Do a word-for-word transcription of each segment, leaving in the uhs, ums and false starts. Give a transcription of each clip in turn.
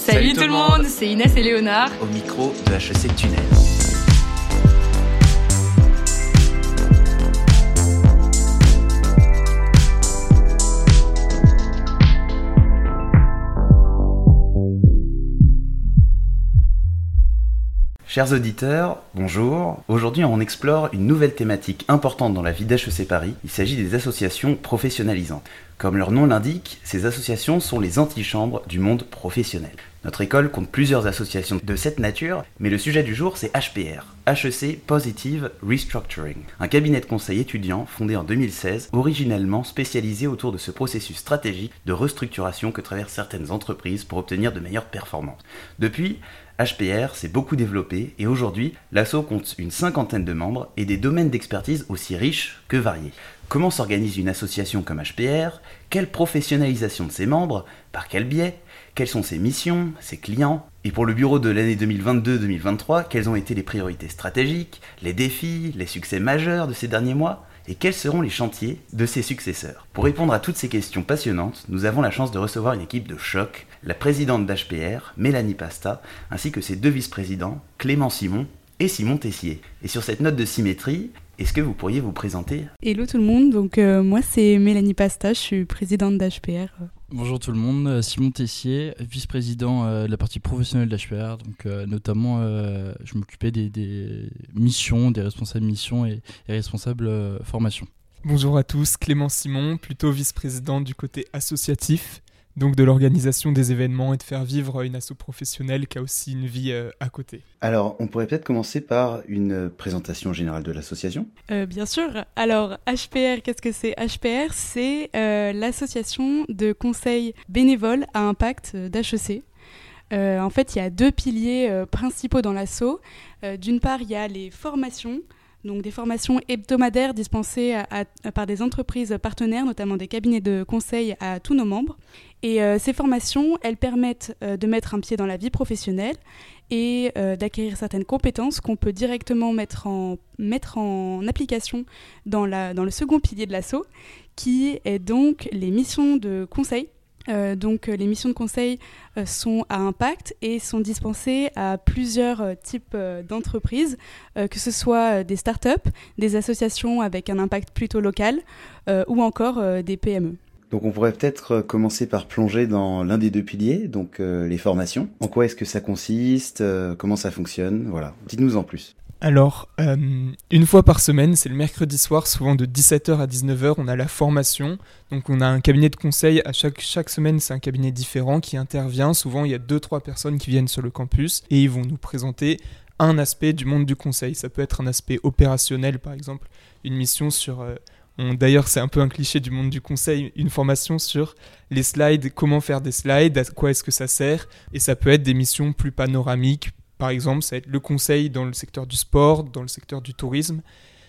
Salut, Salut tout le monde, c'est Inès et Léonard au micro de H E C Tunnel. Chers auditeurs, bonjour. Aujourd'hui, on explore une nouvelle thématique importante dans la vie d'H E C Paris. Il s'agit des associations professionnalisantes. Comme leur nom l'indique, ces associations sont les antichambres du monde professionnel. Notre école compte plusieurs associations de cette nature, mais le sujet du jour, c'est H P R, H E C Positive Restructuring, un cabinet de conseil étudiant fondé en deux mille seize, originellement spécialisé autour de ce processus stratégique de restructuration que traversent certaines entreprises pour obtenir de meilleures performances. Depuis, H P R s'est beaucoup développé et aujourd'hui, l'asso compte une cinquantaine de membres et des domaines d'expertise aussi riches que variés. Comment s'organise une association comme H P R ? Quelle professionnalisation de ses membres ? Par quel biais ? Quelles sont ses missions, ses clients ? Et pour le bureau de l'année deux mille vingt-deux deux mille vingt-trois, quelles ont été les priorités stratégiques, les défis, les succès majeurs de ces derniers mois ? Et quels seront les chantiers de ses successeurs ? Pour répondre à toutes ces questions passionnantes, nous avons la chance de recevoir une équipe de choc, la présidente d'H P R, Mélanie Pasta, ainsi que ses deux vice-présidents, Clément Simon et Simon Tessier. Et sur cette note de symétrie, est-ce que vous pourriez vous présenter ? Hello tout le monde, donc euh, moi c'est Mélanie Pasta, je suis présidente d'H P R. Bonjour tout le monde, Simon Tessier, vice-président euh, de la partie professionnelle d'H P R, donc euh, notamment euh, je m'occupais des, des missions, des responsables missions et, et responsables euh, formation. Bonjour à tous, Clément Simon, plutôt vice-président du côté associatif, donc de l'organisation des événements et de faire vivre une asso professionnelle qui a aussi une vie euh, à côté. Alors, on pourrait peut-être commencer par une présentation générale de l'association. Euh, bien sûr. Alors, H P R, qu'est-ce que c'est ? H P R, c'est euh, l'association de conseil bénévole à impact d'H E C. Euh, en fait, il y a deux piliers euh, principaux dans l'asso. Euh, d'une part, il y a les formations, donc des formations hebdomadaires dispensées à, à, par des entreprises partenaires, notamment des cabinets de conseil à tous nos membres. Et euh, ces formations, elles permettent euh, de mettre un pied dans la vie professionnelle et euh, d'acquérir certaines compétences qu'on peut directement mettre en, mettre en application dans, la, dans le second pilier de l'asso, qui est donc les missions de conseil. Euh, donc euh, les missions de conseil euh, sont à impact et sont dispensées à plusieurs euh, types euh, d'entreprises, euh, que ce soit euh, des startups, des associations avec un impact plutôt local euh, ou encore euh, des P M E. Donc on pourrait peut-être commencer par plonger dans l'un des deux piliers, donc euh, les formations. En quoi est-ce que ça consiste ? euh, Comment ça fonctionne ? Voilà, dites-nous en plus. Alors, euh, une fois par semaine, c'est le mercredi soir, souvent de dix-sept heures à dix-neuf heures, on a la formation. Donc on a un cabinet de conseil, à chaque, chaque semaine c'est un cabinet différent qui intervient. Souvent il y a deux trois personnes qui viennent sur le campus et ils vont nous présenter un aspect du monde du conseil. Ça peut être un aspect opérationnel par exemple, une mission sur... Euh, on, d'ailleurs c'est un peu un cliché du monde du conseil, une formation sur les slides, comment faire des slides, à quoi est-ce que ça sert. Et ça peut être des missions plus panoramiques. Par exemple, ça va être le conseil dans le secteur du sport, dans le secteur du tourisme.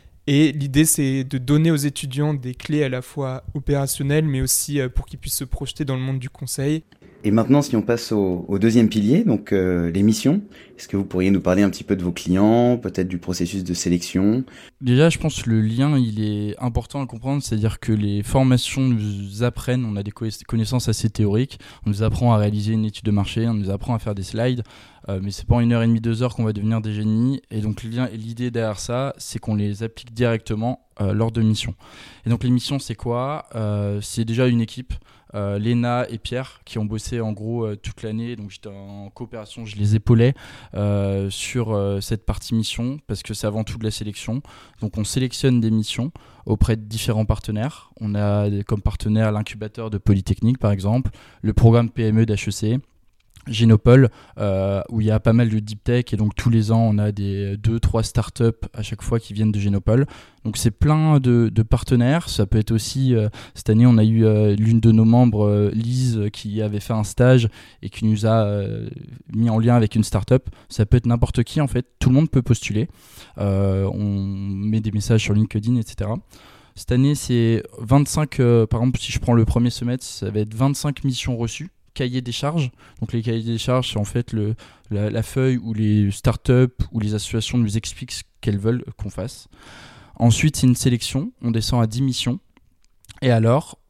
Et l'idée, c'est de donner aux étudiants des clés à la fois opérationnelles, mais aussi pour qu'ils puissent se projeter dans le monde du conseil. Et maintenant, si on passe au, au deuxième pilier, donc euh, les missions, est-ce que vous pourriez nous parler un petit peu de vos clients, peut-être du processus de sélection ? Déjà, je pense que le lien, il est important à comprendre, c'est-à-dire que les formations nous apprennent, on a des connaissances assez théoriques, on nous apprend à réaliser une étude de marché, on nous apprend à faire des slides, euh, mais c'est pas en une heure et demie, deux heures qu'on va devenir des génies. Et donc l'idée derrière ça, c'est qu'on les applique directement euh, lors de missions. Et donc les missions, c'est quoi ? euh, C'est déjà une équipe. Euh, Léna et Pierre qui ont bossé en gros euh, toute l'année, donc j'étais en coopération, je les épaulais euh, sur euh, cette partie mission parce que c'est avant tout de la sélection. Donc on sélectionne des missions auprès de différents partenaires. On a comme partenaire l'incubateur de Polytechnique par exemple, le programme P M E d'H E C, Génopole, euh, où il y a pas mal de deep tech et donc tous les ans on a des deux trois startups à chaque fois qui viennent de Génopole. Donc c'est plein de, de partenaires. Ça peut être aussi euh, cette année on a eu euh, l'une de nos membres, euh, Lise, qui avait fait un stage et qui nous a euh, mis en lien avec une startup. Ça peut être n'importe qui en fait. Tout le monde peut postuler. Euh, on met des messages sur LinkedIn, et cetera. Cette année c'est vingt-cinq. Euh, par exemple si je prends le premier semestre, ça va être vingt-cinq missions reçues. Cahier des charges. Donc les cahiers des charges, c'est en fait le, la, la feuille où les startups ou les associations nous expliquent ce qu'elles veulent qu'on fasse. Ensuite, c'est une sélection. On descend à dix missions. Et alors,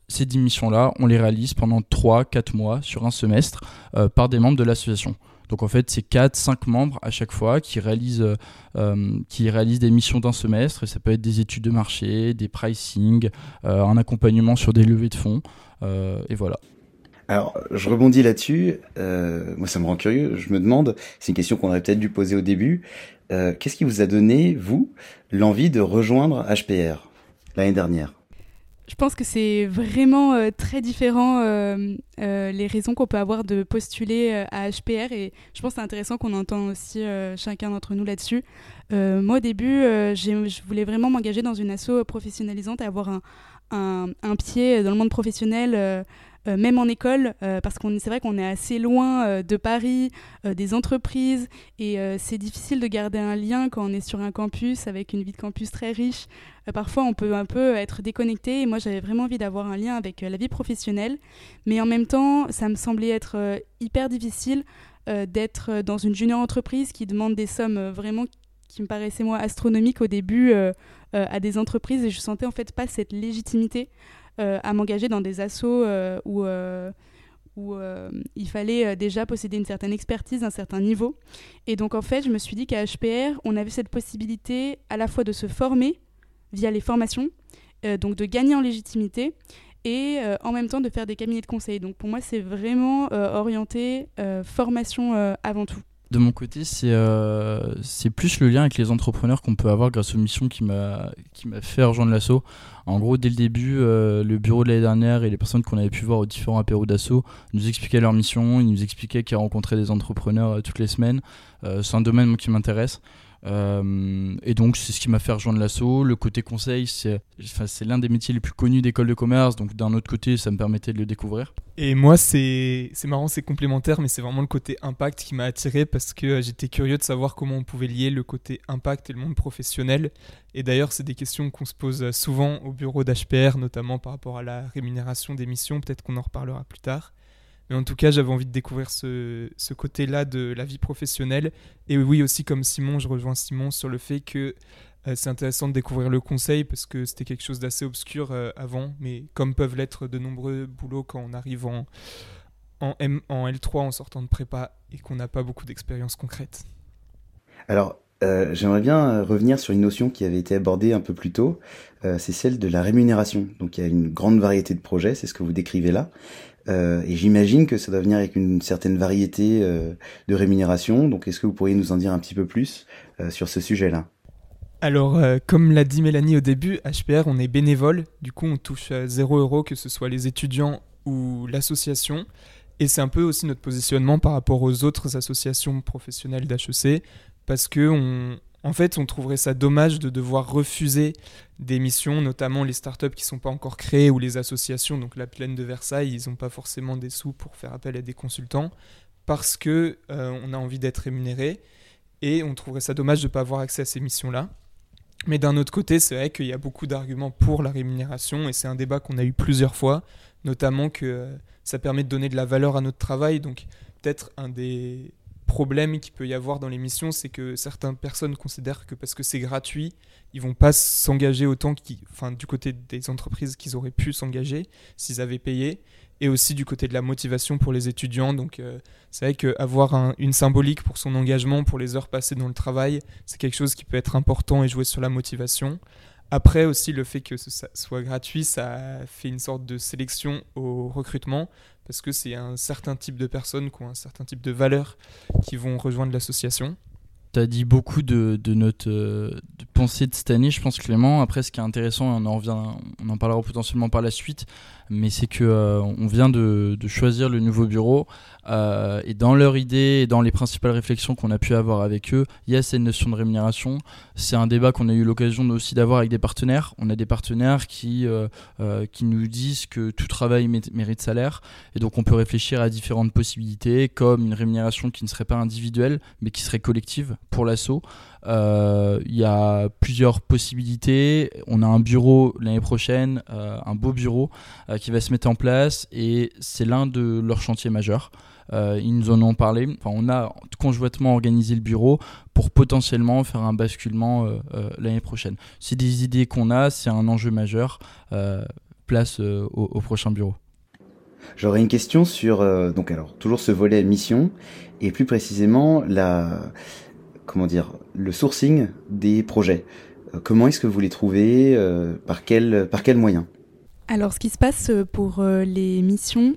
ces dix missions-là, on les réalise pendant trois à quatre mois sur un semestre euh, par des membres de l'association. Donc en fait, c'est quatre à cinq membres à chaque fois qui réalisent, euh, qui réalisent des missions d'un semestre. Et ça peut être des études de marché, des pricing, euh, un accompagnement sur des levées de fonds. Euh, et voilà. Alors, je rebondis là-dessus. Euh, moi, ça me rend curieux. Je me demande, c'est une question qu'on aurait peut-être dû poser au début. Euh, qu'est-ce qui vous a donné, vous, l'envie de rejoindre H P R l'année dernière ? Je pense que c'est vraiment euh, très différent euh, euh, les raisons qu'on peut avoir de postuler euh, à H P R, et je pense que c'est intéressant qu'on entende aussi euh, chacun d'entre nous là-dessus. Euh, moi au début, euh, j'ai, je voulais vraiment m'engager dans une asso professionnalisante et avoir un, un, un pied dans le monde professionnel, euh, euh, même en école, euh, parce qu'on c'est vrai qu'on est assez loin euh, de Paris, euh, des entreprises, et euh, c'est difficile de garder un lien quand on est sur un campus avec une vie de campus très riche. Euh, parfois on peut un peu être déconnecté, et moi j'avais vraiment envie d'avoir un lien avec euh, la vie professionnelle, mais en même temps ça me semblait être euh, hyper difficile euh, d'être dans une junior entreprise qui demande des sommes euh, vraiment qui me paraissaient moi astronomiques au début euh, euh, à des entreprises, et je sentais en fait pas cette légitimité euh, à m'engager dans des assos euh, où, euh, où euh, il fallait euh, déjà posséder une certaine expertise, un certain niveau. Et donc en fait je me suis dit qu'à H P R on avait cette possibilité à la fois de se former via les formations, euh, donc de gagner en légitimité, et euh, en même temps de faire des cabinets de conseil. Donc pour moi c'est vraiment euh, orienté euh, formation euh, avant tout. De mon côté, c'est, euh, c'est plus le lien avec les entrepreneurs qu'on peut avoir grâce aux missions qui m'a, qui m'a fait rejoindre l'asso. En gros, dès le début, euh, le bureau de l'année dernière et les personnes qu'on avait pu voir aux différents apéros d'asso nous expliquaient leur mission, ils nous expliquaient qu'ils rencontraient des entrepreneurs euh, toutes les semaines. Euh, c'est un domaine moi, qui m'intéresse. Euh, et donc c'est ce qui m'a fait rejoindre l'asso. Le côté conseil, c'est, enfin, c'est l'un des métiers les plus connus d'école de commerce, donc d'un autre côté ça me permettait de le découvrir. Et moi c'est, c'est marrant, c'est complémentaire, mais c'est vraiment le côté impact qui m'a attiré, parce que j'étais curieux de savoir comment on pouvait lier le côté impact et le monde professionnel. Et d'ailleurs c'est des questions qu'on se pose souvent au bureau d'H P R, notamment par rapport à la rémunération des missions, peut-être qu'on en reparlera plus tard. Mais en tout cas, j'avais envie de découvrir ce, ce côté-là de la vie professionnelle. Et oui, aussi comme Simon, je rejoins Simon sur le fait que euh, c'est intéressant de découvrir le conseil, parce que c'était quelque chose d'assez obscur euh, avant, mais comme peuvent l'être de nombreux boulots quand on arrive en, en, M, en L trois en sortant de prépa et qu'on n'a pas beaucoup d'expérience concrète. Alors, euh, j'aimerais bien revenir sur une notion qui avait été abordée un peu plus tôt, euh, c'est celle de la rémunération. Donc il y a une grande variété de projets, c'est ce que vous décrivez là. Euh, et j'imagine que ça doit venir avec une certaine variété euh, de rémunération. Donc, est-ce que vous pourriez nous en dire un petit peu plus euh, sur ce sujet-là ? Alors, euh, comme l'a dit Mélanie au début, H P R, on est bénévole. Du coup, on touche euh, zéro euro, que ce soit les étudiants ou l'association. Et c'est un peu aussi notre positionnement par rapport aux autres associations professionnelles d'H E C, parce que on... En fait, on trouverait ça dommage de devoir refuser des missions, notamment les startups qui ne sont pas encore créées ou les associations. Donc la Plaine de Versailles, ils n'ont pas forcément des sous pour faire appel à des consultants, parce qu'on euh, a envie d'être rémunéré, et on trouverait ça dommage de ne pas avoir accès à ces missions-là. Mais d'un autre côté, c'est vrai qu'il y a beaucoup d'arguments pour la rémunération, et c'est un débat qu'on a eu plusieurs fois, notamment que euh, ça permet de donner de la valeur à notre travail. Donc peut-être un des problème qu'il peut y avoir dans les missions, c'est que certaines personnes considèrent que parce que c'est gratuit, ils vont pas s'engager autant qu'ils, enfin, du côté des entreprises qu'ils auraient pu s'engager s'ils avaient payé, et aussi du côté de la motivation pour les étudiants. Donc euh, c'est vrai qu'avoir un, une symbolique pour son engagement, pour les heures passées dans le travail, c'est quelque chose qui peut être important et jouer sur la motivation. Après aussi, le fait que ça soit gratuit, ça fait une sorte de sélection au recrutement, parce que c'est un certain type de personnes qui ont un certain type de valeurs qui vont rejoindre l'association. Tu as dit beaucoup de, de notre euh, de pensée de cette année, je pense, Clément. Après, ce qui est intéressant, on en, revient, on en parlera potentiellement par la suite, mais c'est qu'on euh, vient de, de choisir le nouveau bureau, euh, et dans leur idée et dans les principales réflexions qu'on a pu avoir avec eux, il y a cette notion de rémunération. C'est un débat qu'on a eu l'occasion aussi d'avoir avec des partenaires. On a des partenaires qui, euh, euh, qui nous disent que tout travail mérite salaire, et donc on peut réfléchir à différentes possibilités, comme une rémunération qui ne serait pas individuelle, mais qui serait collective pour l'asso. Euh, il y a plusieurs possibilités. On a un bureau l'année prochaine, euh, un beau bureau euh, qui va se mettre en place, et c'est l'un de leurs chantiers majeurs. Euh, ils nous en ont parlé. Enfin, on a conjointement organisé le bureau pour potentiellement faire un basculement euh, euh, l'année prochaine. C'est des idées qu'on a, c'est un enjeu majeur. Euh, place euh, au, au prochain bureau. J'aurais une question sur euh, donc alors toujours ce volet mission et plus précisément la comment dire le sourcing des projets. Euh, comment est-ce que vous les trouvez euh, par quel par quel moyen? Alors, ce qui se passe pour euh, les missions,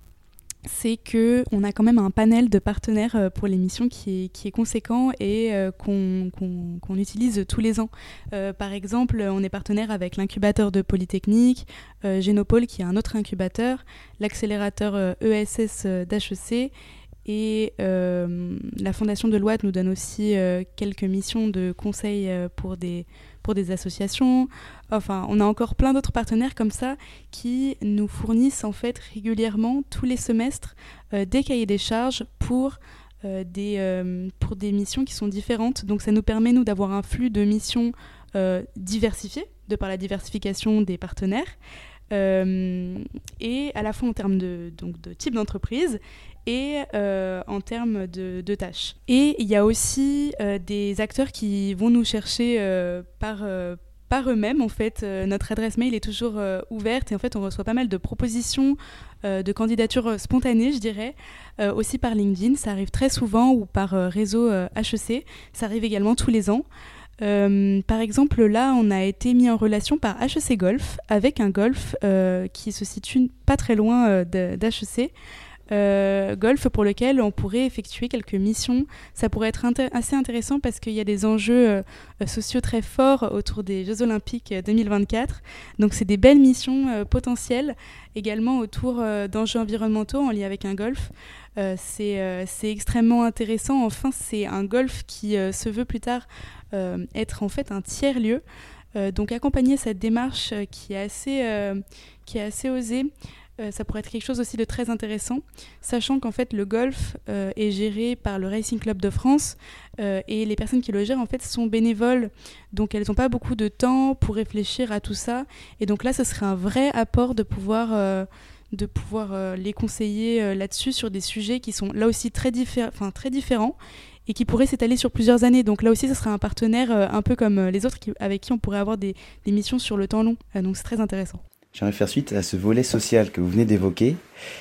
c'est qu'on a quand même un panel de partenaires euh, pour les missions qui est, qui est conséquent et euh, qu'on, qu'on, qu'on utilise tous les ans. Euh, par exemple, on est partenaire avec l'incubateur de Polytechnique, euh, Génopole qui est un autre incubateur, l'accélérateur euh, E S S d'H E C et euh, la Fondation Deloitte nous donne aussi euh, quelques missions de conseil euh, pour des pour des associations. Enfin, on a encore plein d'autres partenaires comme ça qui nous fournissent en fait régulièrement, tous les semestres, euh, des cahiers des charges pour, euh, des, euh, pour des missions qui sont différentes. Donc ça nous permet, nous, d'avoir un flux de missions euh, diversifié, de par la diversification des partenaires, euh, et à la fois en termes de, donc, de type d'entreprise et euh, en termes de, de tâches. Et il y a aussi euh, des acteurs qui vont nous chercher euh, par, euh, par eux-mêmes. En fait, euh, notre adresse mail est toujours euh, ouverte et en fait, on reçoit pas mal de propositions, euh, de candidatures spontanées, je dirais, euh, aussi par LinkedIn. Ça arrive très souvent ou par euh, réseau euh, H E C. Ça arrive également tous les ans. Euh, par exemple, là, on a été mis en relation par H E C Golf avec un golf euh, qui se situe pas très loin euh, de, d'H E C. Euh, golf pour lequel on pourrait effectuer quelques missions. Ça pourrait être intér- assez intéressant parce qu'il y a des enjeux euh, sociaux très forts autour des Jeux Olympiques deux mille vingt-quatre. Donc c'est des belles missions euh, potentielles, également autour euh, d'enjeux environnementaux en lien avec un golf. Euh, c'est, euh, c'est extrêmement intéressant. Enfin, c'est un golf qui euh, se veut plus tard euh, être en fait un tiers-lieu. Euh, donc accompagner cette démarche euh, qui est assez, euh, qui est assez osée. Euh, ça pourrait être quelque chose aussi de très intéressant, sachant qu'en fait le golf euh, est géré par le Racing Club de France euh, et les personnes qui le gèrent en fait sont bénévoles, donc elles n'ont pas beaucoup de temps pour réfléchir à tout ça. Et donc là, ce serait un vrai apport de pouvoir, euh, de pouvoir euh, les conseiller euh, là-dessus sur des sujets qui sont là aussi très, diffé- enfin, très différents et qui pourraient s'étaler sur plusieurs années. Donc là aussi, ce serait un partenaire euh, un peu comme euh, les autres qui, avec qui on pourrait avoir des, des missions sur le temps long. Euh, donc c'est très intéressant. J'aimerais faire suite à ce volet social que vous venez d'évoquer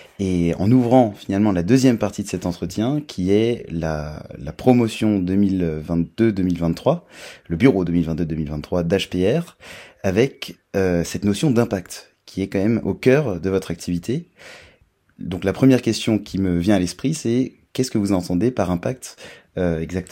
et en ouvrant finalement la deuxième partie de cet entretien qui est la, la promotion deux mille vingt-deux deux mille vingt-trois, le bureau deux mille vingt-deux deux mille vingt-trois d'H P R avec euh, cette notion d'impact qui est quand même au cœur de votre activité. Donc la première question qui me vient à l'esprit, c'est qu'est-ce que vous entendez par impact euh, exactement ?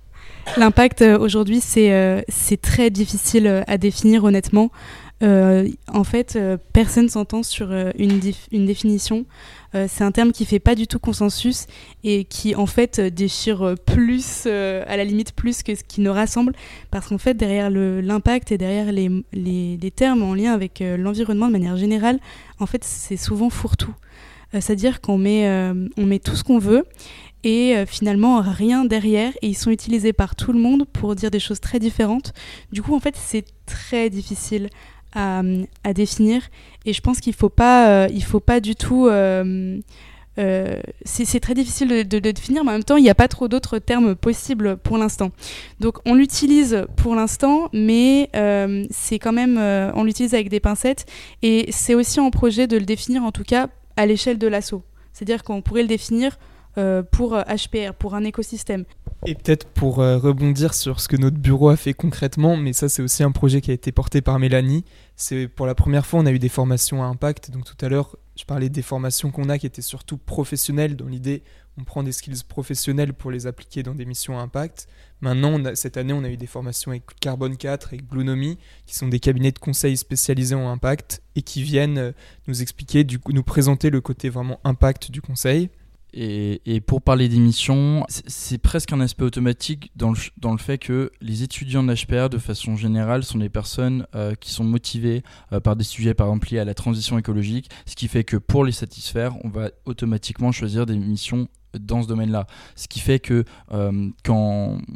L'impact euh, aujourd'hui, c'est, euh, c'est très difficile euh, à définir honnêtement. Euh, en fait, euh, personne s'entend sur euh, une, dif- une définition. Euh, c'est un terme qui fait pas du tout consensus et qui en fait euh, déchire plus, euh, à la limite plus que ce qui nous rassemble, parce qu'en fait derrière le, l'impact et derrière les, les, les termes en lien avec euh, l'environnement de manière générale, en fait c'est souvent fourre-tout. Euh, c'est-à-dire qu'on met, euh, on met tout ce qu'on veut et euh, finalement rien derrière, et ils sont utilisés par tout le monde pour dire des choses très différentes. Du coup en fait c'est très difficile À, à définir, et je pense qu'il faut pas, euh, il faut pas du tout. Euh, euh, c'est, c'est très difficile de, de, de définir, mais en même temps, il n'y a pas trop d'autres termes possibles pour l'instant. Donc, on l'utilise pour l'instant, mais euh, c'est quand même, euh, on l'utilise avec des pincettes, et c'est aussi en projet de le définir, en tout cas, à l'échelle de l'asso. C'est-à-dire qu'on pourrait le définir euh, pour H P R, pour un écosystème. Et peut-être pour euh, rebondir sur ce que notre bureau a fait concrètement, mais ça c'est aussi un projet qui a été porté par Mélanie. C'est pour la première fois on a eu des formations à impact. Donc tout à l'heure je parlais des formations qu'on a qui étaient surtout professionnelles. Dans l'idée on prend des skills professionnels pour les appliquer dans des missions à impact. Maintenant on a, cette année on a eu des formations avec Carbone quatre et Bluenomi, qui sont des cabinets de conseil spécialisés en impact et qui viennent euh, nous expliquer, du coup, nous présenter le côté vraiment impact du conseil. Et, et pour parler des missions, c'est, c'est presque un aspect automatique dans le, dans le fait que les étudiants de l'H P R, de façon générale, sont des personnes euh, qui sont motivées euh, par des sujets, par exemple, liés à la transition écologique, ce qui fait que pour les satisfaire, on va automatiquement choisir des missions dans ce domaine-là. Ce qui fait que euh, quand...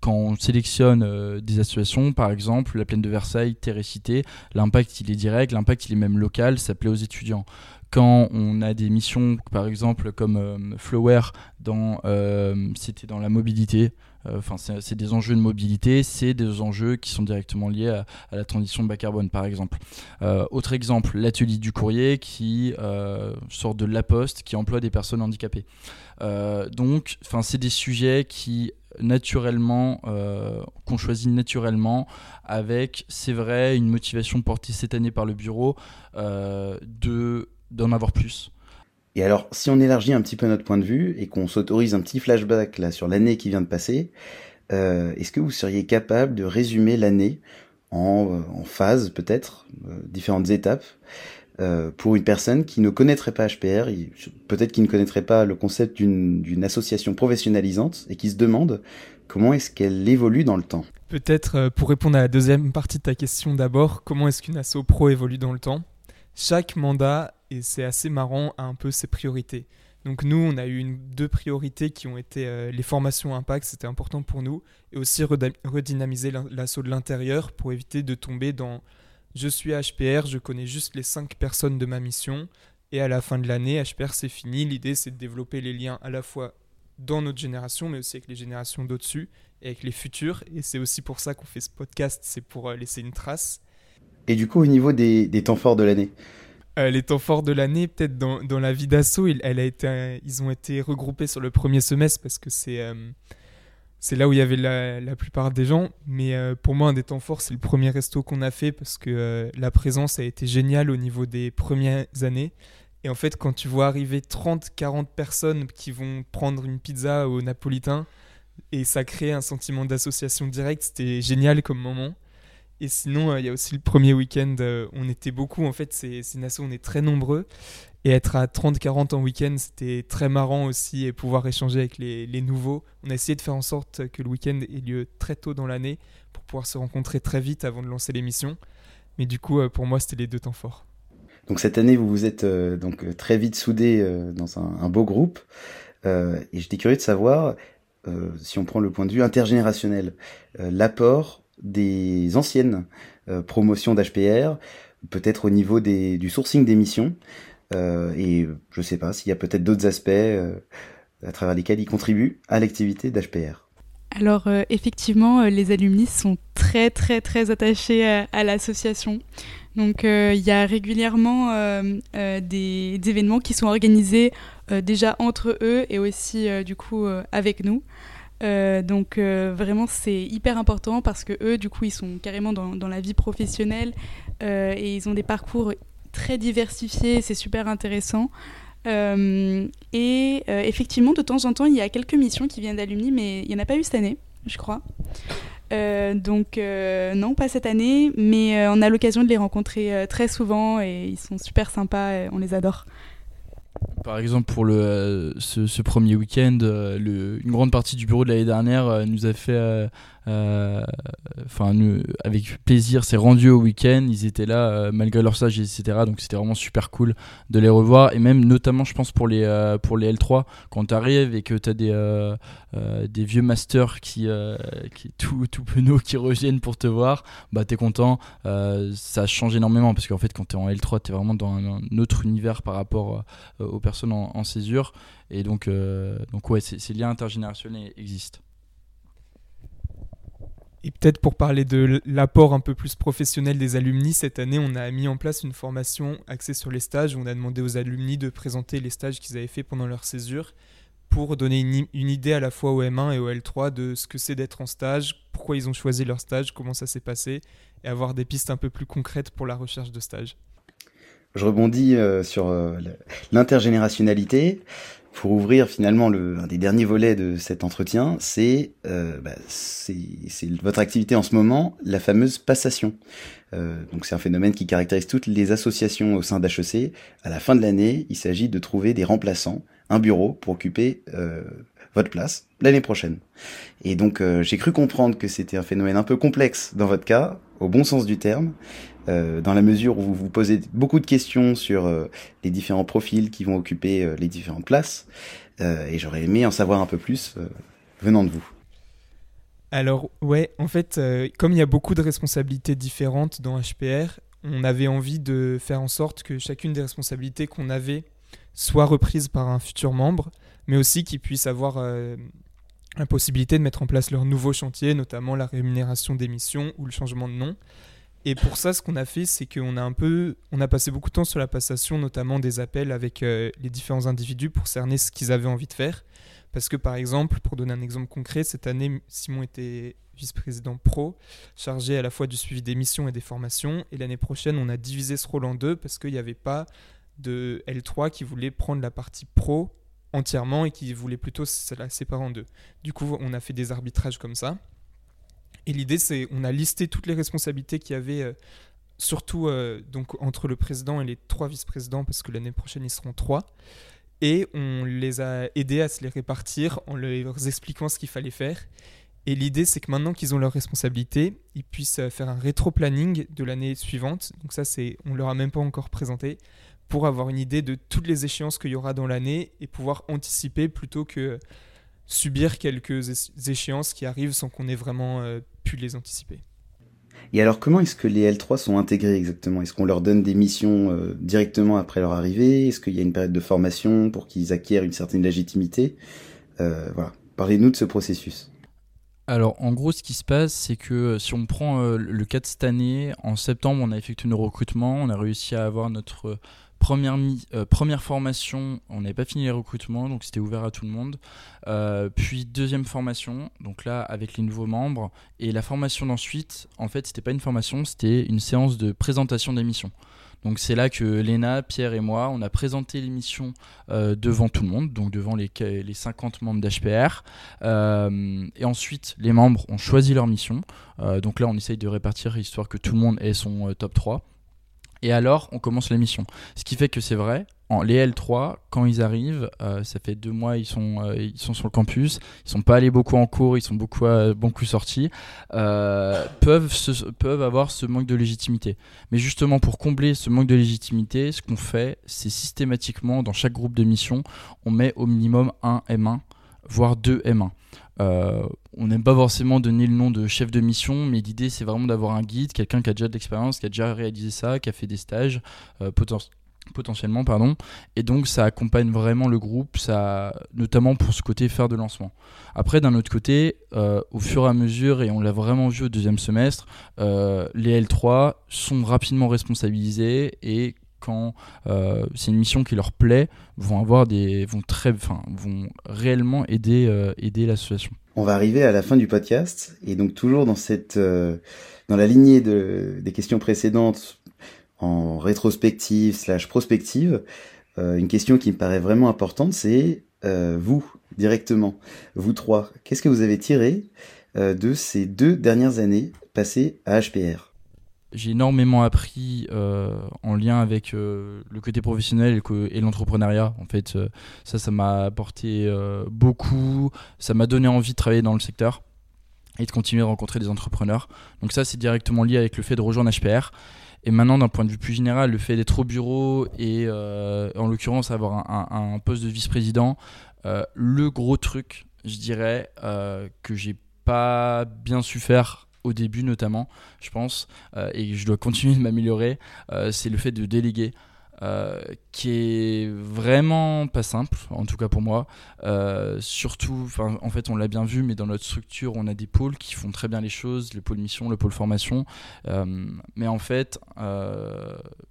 quand on sélectionne euh, des associations, par exemple, la Plaine de Versailles, Terre-et-Cité, l'impact il est direct, l'impact il est même local, ça plaît aux étudiants. Quand on a des missions, par exemple, comme euh, Flower, dans, euh, c'était dans la mobilité, enfin, c'est, c'est des enjeux de mobilité, c'est des enjeux qui sont directement liés à, à la transition bas carbone, par exemple. Euh, autre exemple, l'atelier du courrier qui euh, sort de La Poste, qui emploie des personnes handicapées. Euh, donc, enfin, c'est des sujets qui naturellement, euh, qu'on choisit naturellement, avec, c'est vrai, une motivation portée cette année par le bureau euh, de, d'en avoir plus. Et alors, si on élargit un petit peu notre point de vue et qu'on s'autorise un petit flashback là sur l'année qui vient de passer, euh, est-ce que vous seriez capable de résumer l'année en, en phases peut-être, euh, différentes étapes, euh, pour une personne qui ne connaîtrait pas H P R, il, peut-être qui ne connaîtrait pas le concept d'une, d'une association professionnalisante et qui se demande comment est-ce qu'elle évolue dans le temps? Peut-être euh, pour répondre à la deuxième partie de ta question d'abord, comment est-ce qu'une asso pro évolue dans le temps? Chaque mandat, et c'est assez marrant, a un peu ses priorités. Donc nous, on a eu une, deux priorités qui ont été euh, les formations impact, c'était important pour nous, et aussi reda- redynamiser l'asso de l'intérieur pour éviter de tomber dans « je suis H P R, je connais juste les cinq personnes de ma mission, et à la fin de l'année, H P R c'est fini ». L'idée, c'est de développer les liens à la fois dans notre génération, mais aussi avec les générations d'au-dessus, et avec les futurs, et c'est aussi pour ça qu'on fait ce podcast, c'est pour euh, laisser une trace. Et du coup, au niveau des, des temps forts de l'année, Euh, les temps forts de l'année, peut-être dans, dans la vie d'Asso, il, elle a été, euh, ils ont été regroupés sur le premier semestre parce que c'est, euh, c'est là où il y avait la, la plupart des gens. Mais euh, pour moi, un des temps forts, c'est le premier resto qu'on a fait parce que euh, la présence a été géniale au niveau des premières années. Et en fait, quand tu vois arriver trente à quarante personnes qui vont prendre une pizza au napolitain et ça crée un sentiment d'association directe, c'était génial comme moment. Et sinon, il euh, y a aussi le premier week-end, euh, on était beaucoup, en fait, c'est, c'est une asso, on est très nombreux. Et être à trente à quarante en week-end, c'était très marrant aussi, et pouvoir échanger avec les, les nouveaux. On a essayé de faire en sorte que le week-end ait lieu très tôt dans l'année, pour pouvoir se rencontrer très vite avant de lancer l'émission. Mais du coup, euh, pour moi, c'était les deux temps forts. Donc cette année, vous vous êtes euh, donc très vite soudés euh, dans un, un beau groupe. Euh, et j'étais curieux de savoir, euh, si on prend le point de vue intergénérationnel, euh, l'apport des anciennes euh, promotions d'H P R, peut-être au niveau des, du sourcing d'émissions, euh, et je sais pas s'il y a peut-être d'autres aspects euh, à travers lesquels ils contribuent à l'activité d'H P R. Alors euh, effectivement, euh, les alumnis sont très très très attachés à, à l'association. Donc il euh, y a régulièrement euh, euh, des, des événements qui sont organisés euh, déjà entre eux et aussi euh, du coup euh, avec nous. Euh, donc euh, vraiment c'est hyper important parce que eux du coup ils sont carrément dans, dans la vie professionnelle euh, et ils ont des parcours très diversifiés, c'est super intéressant. Euh, et euh, effectivement de temps en temps il y a quelques missions qui viennent d'alumni, mais il n'y en a pas eu cette année je crois. Euh, donc euh, non pas cette année, mais euh, on a l'occasion de les rencontrer euh, très souvent et ils sont super sympas et on les adore. Par exemple, pour le, euh, ce, ce premier week-end, euh, le, une grande partie du bureau de l'année dernière euh, nous a fait, euh, euh, nous, avec plaisir, s'est rendu au week-end. Ils étaient là euh, malgré leur stage, et cetera. Donc c'était vraiment super cool de les revoir. Et même notamment, je pense, pour les, euh, pour les L trois, quand tu arrives et que tu as des, euh, euh, des vieux masters qui, euh, qui tout, tout penauds qui reviennent pour te voir, bah, tu es content. Euh, ça change énormément parce qu'en fait, quand tu es en L trois, tu es vraiment dans un, un autre univers par rapport euh, aux personnes en, en césure. Et donc, euh, donc ouais, ces, ces liens intergénérationnels existent. Et peut-être pour parler de l'apport un peu plus professionnel des alumni, cette année, on a mis en place une formation axée sur les stages où on a demandé aux alumni de présenter les stages qu'ils avaient fait pendant leur césure pour donner une, une idée à la fois au M un et au L trois de ce que c'est d'être en stage, pourquoi ils ont choisi leur stage, comment ça s'est passé, et avoir des pistes un peu plus concrètes pour la recherche de stage. Je rebondis euh, sur euh, l'intergénérationnalité. Pour ouvrir finalement le, un des derniers volets de cet entretien, c'est, euh, bah, c'est, c'est votre activité en ce moment, la fameuse passation. Euh, donc c'est un phénomène qui caractérise toutes les associations au sein d'H E C. À la fin de l'année, il s'agit de trouver des remplaçants, un bureau pour occuper euh, votre place l'année prochaine. Et donc euh, j'ai cru comprendre que c'était un phénomène un peu complexe dans votre cas, au bon sens du terme. Euh, dans la mesure où vous vous posez beaucoup de questions sur euh, les différents profils qui vont occuper euh, les différentes places, euh, et j'aurais aimé en savoir un peu plus euh, venant de vous. Alors ouais, en fait, euh, comme il y a beaucoup de responsabilités différentes dans H P R, on avait envie de faire en sorte que chacune des responsabilités qu'on avait soit reprise par un futur membre, mais aussi qu'ils puissent avoir euh, la possibilité de mettre en place leur nouveau chantier, notamment la rémunération des missions ou le changement de nom. Et pour ça, ce qu'on a fait, c'est qu'on a un peu, on a passé beaucoup de temps sur la passation, notamment des appels avec euh, les différents individus pour cerner ce qu'ils avaient envie de faire. Parce que par exemple, pour donner un exemple concret, cette année, Simon était vice-président pro, chargé à la fois du suivi des missions et des formations. Et l'année prochaine, on a divisé ce rôle en deux parce qu'il n'y avait pas de L trois qui voulait prendre la partie pro entièrement et qui voulait plutôt la séparer en deux. Du coup, on a fait des arbitrages comme ça. Et l'idée, c'est on a listé toutes les responsabilités qu'il y avait, euh, surtout euh, donc, entre le président et les trois vice-présidents, parce que l'année prochaine, ils seront trois. Et on les a aidés à se les répartir en leur expliquant ce qu'il fallait faire. Et l'idée, c'est que maintenant qu'ils ont leurs responsabilités, ils puissent faire un rétro-planning de l'année suivante. Donc ça, c'est, on ne leur a même pas encore présenté, pour avoir une idée de toutes les échéances qu'il y aura dans l'année et pouvoir anticiper plutôt que subir quelques échéances qui arrivent sans qu'on ait vraiment euh, pu les anticiper. Et alors, comment est-ce que les L trois sont intégrés exactement ? Est-ce qu'on leur donne des missions euh, directement après leur arrivée ? Est-ce qu'il y a une période de formation pour qu'ils acquièrent une certaine légitimité ? euh, Voilà. Parlez-nous de ce processus. Alors, en gros, ce qui se passe, c'est que si on prend euh, le cas de cette année, en septembre, on a effectué nos recrutements, on a réussi à avoir notre euh, première, mi- euh, première formation, on n'avait pas fini les recrutements, donc c'était ouvert à tout le monde. Euh, puis deuxième formation, donc là, avec les nouveaux membres. Et la formation d'ensuite, en fait, c'était pas une formation, c'était une séance de présentation des missions. Donc c'est là que Léna, Pierre et moi, on a présenté l'émission euh, devant tout le monde, donc devant les, les cinquante membres d'H P R. Euh, et ensuite, les membres ont choisi leur mission. Euh, donc là, on essaye de répartir histoire que tout le monde ait son euh, top trois. Et alors, on commence la mission. Ce qui fait que c'est vrai, en, les L trois, quand ils arrivent, euh, ça fait deux mois, ils sont, euh, ils sont sur le campus, ils sont pas allés beaucoup en cours, ils sont beaucoup, euh, beaucoup sortis, euh, peuvent, se, peuvent avoir ce manque de légitimité. Mais justement, pour combler ce manque de légitimité, ce qu'on fait, c'est systématiquement, dans chaque groupe de mission, on met au minimum un M un, voire deux M un. Euh, on n'aime pas forcément donner le nom de chef de mission, mais l'idée c'est vraiment d'avoir un guide, quelqu'un qui a déjà de l'expérience, qui a déjà réalisé ça, qui a fait des stages euh, poten- potentiellement, pardon. Et donc ça accompagne vraiment le groupe, ça, notamment pour ce côté faire de lancement. Après, d'un autre côté, euh, au fur et à mesure, et on l'a vraiment vu au deuxième semestre, euh, les L trois sont rapidement responsabilisés et quand euh, c'est une mission qui leur plaît, vont avoir des, vont très, enfin, vont réellement aider, euh, aider l'association. On va arriver à la fin du podcast, et donc toujours dans cette, euh, dans la lignée de, des questions précédentes, en rétrospective slash prospective, euh, une question qui me paraît vraiment importante, c'est euh, vous, directement, vous trois, qu'est-ce que vous avez tiré euh, de ces deux dernières années passées à H P R ? J'ai énormément appris euh, en lien avec euh, le côté professionnel et, le, et l'entrepreneuriat. En fait, euh, ça, ça m'a apporté euh, beaucoup. Ça m'a donné envie de travailler dans le secteur et de continuer à rencontrer des entrepreneurs. Donc ça, c'est directement lié avec le fait de rejoindre H P R. Et maintenant, d'un point de vue plus général, le fait d'être au bureau et euh, en l'occurrence avoir un, un, un poste de vice-président, euh, le gros truc, je dirais, euh, que j'ai pas bien su faire au début notamment, je pense, euh, et je dois continuer de m'améliorer, euh, c'est le fait de déléguer, euh, qui est vraiment pas simple, en tout cas pour moi. Euh, surtout, en fait, on l'a bien vu, mais dans notre structure, on a des pôles qui font très bien les choses, le pôle mission, le pôle formation, euh, mais en fait, euh,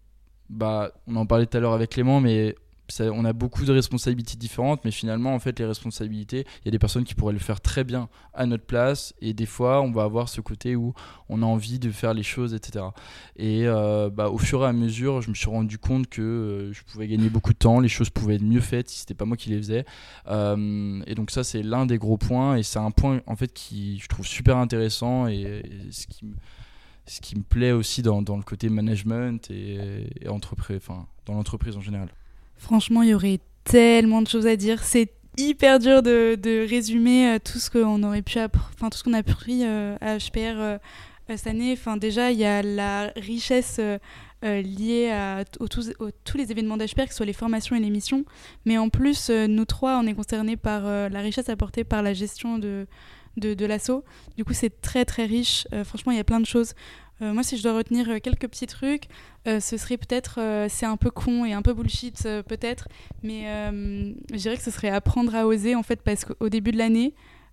bah, on en parlait tout à l'heure avec Clément, mais ça, on a beaucoup de responsabilités différentes, mais finalement, en fait, les responsabilités, il y a des personnes qui pourraient le faire très bien à notre place, et des fois, on va avoir ce côté où on a envie de faire les choses, et cetera. Et euh, bah, au fur et à mesure, je me suis rendu compte que euh, je pouvais gagner beaucoup de temps, les choses pouvaient être mieux faites si c'était pas moi qui les faisais. Euh, et donc ça, c'est l'un des gros points, et c'est un point en fait qui je trouve super intéressant, et, et ce qui me ce qui me plaît aussi dans, dans le côté management et, et entreprise, enfin dans l'entreprise en général. Franchement, il y aurait tellement de choses à dire. C'est hyper dur de, de résumer euh, tout ce qu'on aurait pu appre- enfin tout ce qu'on a appris euh, à H P R euh, cette année. Enfin déjà, il y a la richesse euh, euh, liée à aux, tous, aux, tous les événements d'H P R, que ce soit les formations et les missions. Mais en plus, euh, nous trois, on est concernés par euh, la richesse apportée par la gestion de de, de l'asso. Du coup, c'est très très riche. Euh, franchement, il y a plein de choses. Euh, moi, si je dois retenir euh, quelques petits trucs, euh, ce serait peut-être, euh, c'est un peu con et un peu bullshit euh, peut-être, mais euh, je dirais que ce serait apprendre à oser en fait, parce qu'au début de l'année,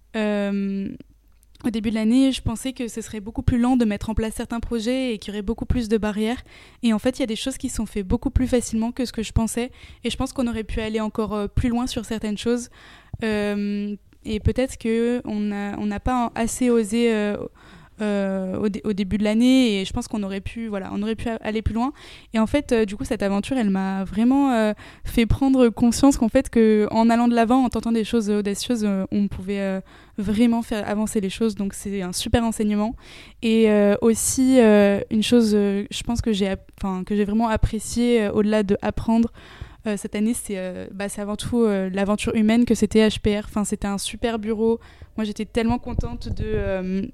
euh, au début de l'année, je pensais que ce serait beaucoup plus lent de mettre en place certains projets et qu'il y aurait beaucoup plus de barrières. Et en fait, il y a des choses qui sont faites beaucoup plus facilement que ce que je pensais. Et je pense qu'on aurait pu aller encore euh, plus loin sur certaines choses. Euh, et peut-être qu'on n'a on n'a pas assez osé euh, euh, au, dé- au début de l'année. Et je pense qu'on aurait pu, voilà, on aurait pu aller plus loin. Et en fait, euh, du coup, cette aventure, elle m'a vraiment euh, fait prendre conscience qu'en fait, que, en allant de l'avant, en tentant des choses audacieuses, euh, on pouvait... Euh, vraiment faire avancer les choses, donc c'est un super enseignement. Et euh, aussi euh, une chose euh, je pense que j'ai app- enfin, que j'ai vraiment apprécié euh, au-delà de apprendre euh, cette année, c'est, euh, bah, c'est avant tout euh, l'aventure humaine que c'était H P R. Enfin, c'était un super bureau. Moi, j'étais tellement contente de, euh,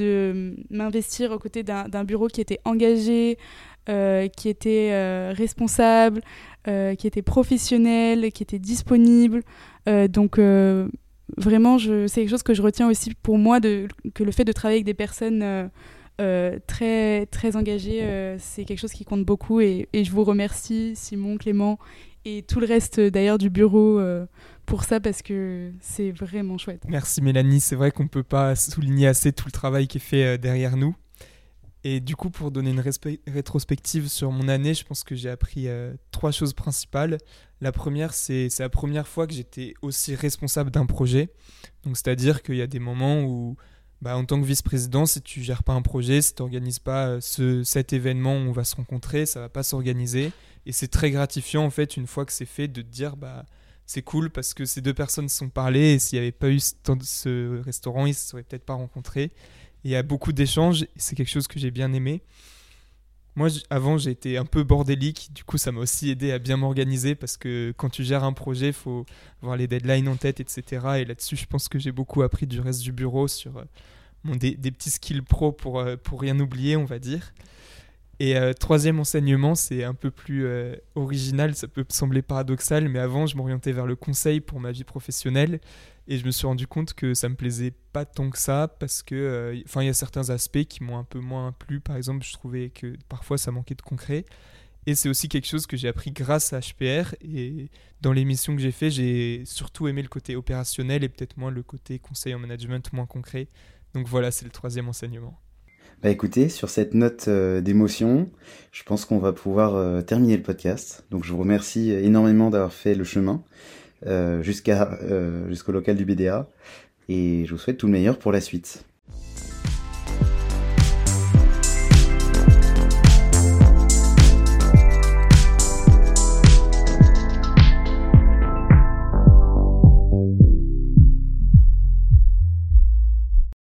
de m'investir aux côtés d'un, d'un bureau qui était engagé, euh, qui était euh, responsable, euh, qui était professionnel, qui était disponible. Euh, donc euh, Vraiment, je, c'est quelque chose que je retiens aussi pour moi, de, que le fait de travailler avec des personnes euh, euh, très, très engagées, euh, c'est quelque chose qui compte beaucoup. Et, et je vous remercie, Simon, Clément et tout le reste d'ailleurs du bureau euh, pour ça, parce que c'est vraiment chouette. Merci Mélanie, c'est vrai qu'on ne peut pas souligner assez tout le travail qui est fait euh, derrière nous. Et du coup, pour donner une respe- rétrospective sur mon année, je pense que j'ai appris euh, trois choses principales. La première, c'est, c'est la première fois que j'étais aussi responsable d'un projet. Donc, c'est-à-dire qu'il y a des moments où, bah, en tant que vice-président, si tu ne gères pas un projet, si tu n'organises pas euh, ce, cet événement où on va se rencontrer, ça ne va pas s'organiser. Et c'est très gratifiant, en fait, une fois que c'est fait, de te dire, bah, c'est cool parce que ces deux personnes se sont parlé, et s'il n'y avait pas eu ce, ce restaurant, ils ne se seraient peut-être pas rencontrés. Il y a beaucoup d'échanges, et c'est quelque chose que j'ai bien aimé. Moi, j- avant, j'ai été un peu bordélique, du coup, ça m'a aussi aidé à bien m'organiser, parce que quand tu gères un projet, il faut avoir les deadlines en tête, et cetera. Et là-dessus, je pense que j'ai beaucoup appris du reste du bureau sur euh, bon, des, des petits skills pro pour, euh, pour rien oublier, on va dire. Et euh, troisième enseignement, c'est un peu plus euh, original, ça peut sembler paradoxal, mais avant, je m'orientais vers le conseil pour ma vie professionnelle. Et je me suis rendu compte que ça me plaisait pas tant que ça, parce que euh, enfin, il y a certains aspects qui m'ont un peu moins plu. Par exemple, je trouvais que parfois ça manquait de concret. Et c'est aussi quelque chose que j'ai appris grâce à H P R. Et dans les missions que j'ai fait, j'ai surtout aimé le côté opérationnel et peut-être moins le côté conseil en management moins concret. Donc voilà, c'est le troisième enseignement. Bah écoutez, sur cette note euh, d'émotion, je pense qu'on va pouvoir euh, terminer le podcast. Donc je vous remercie énormément d'avoir fait le chemin euh, jusqu'à euh, jusqu'au local du B D A, et je vous souhaite tout le meilleur pour la suite.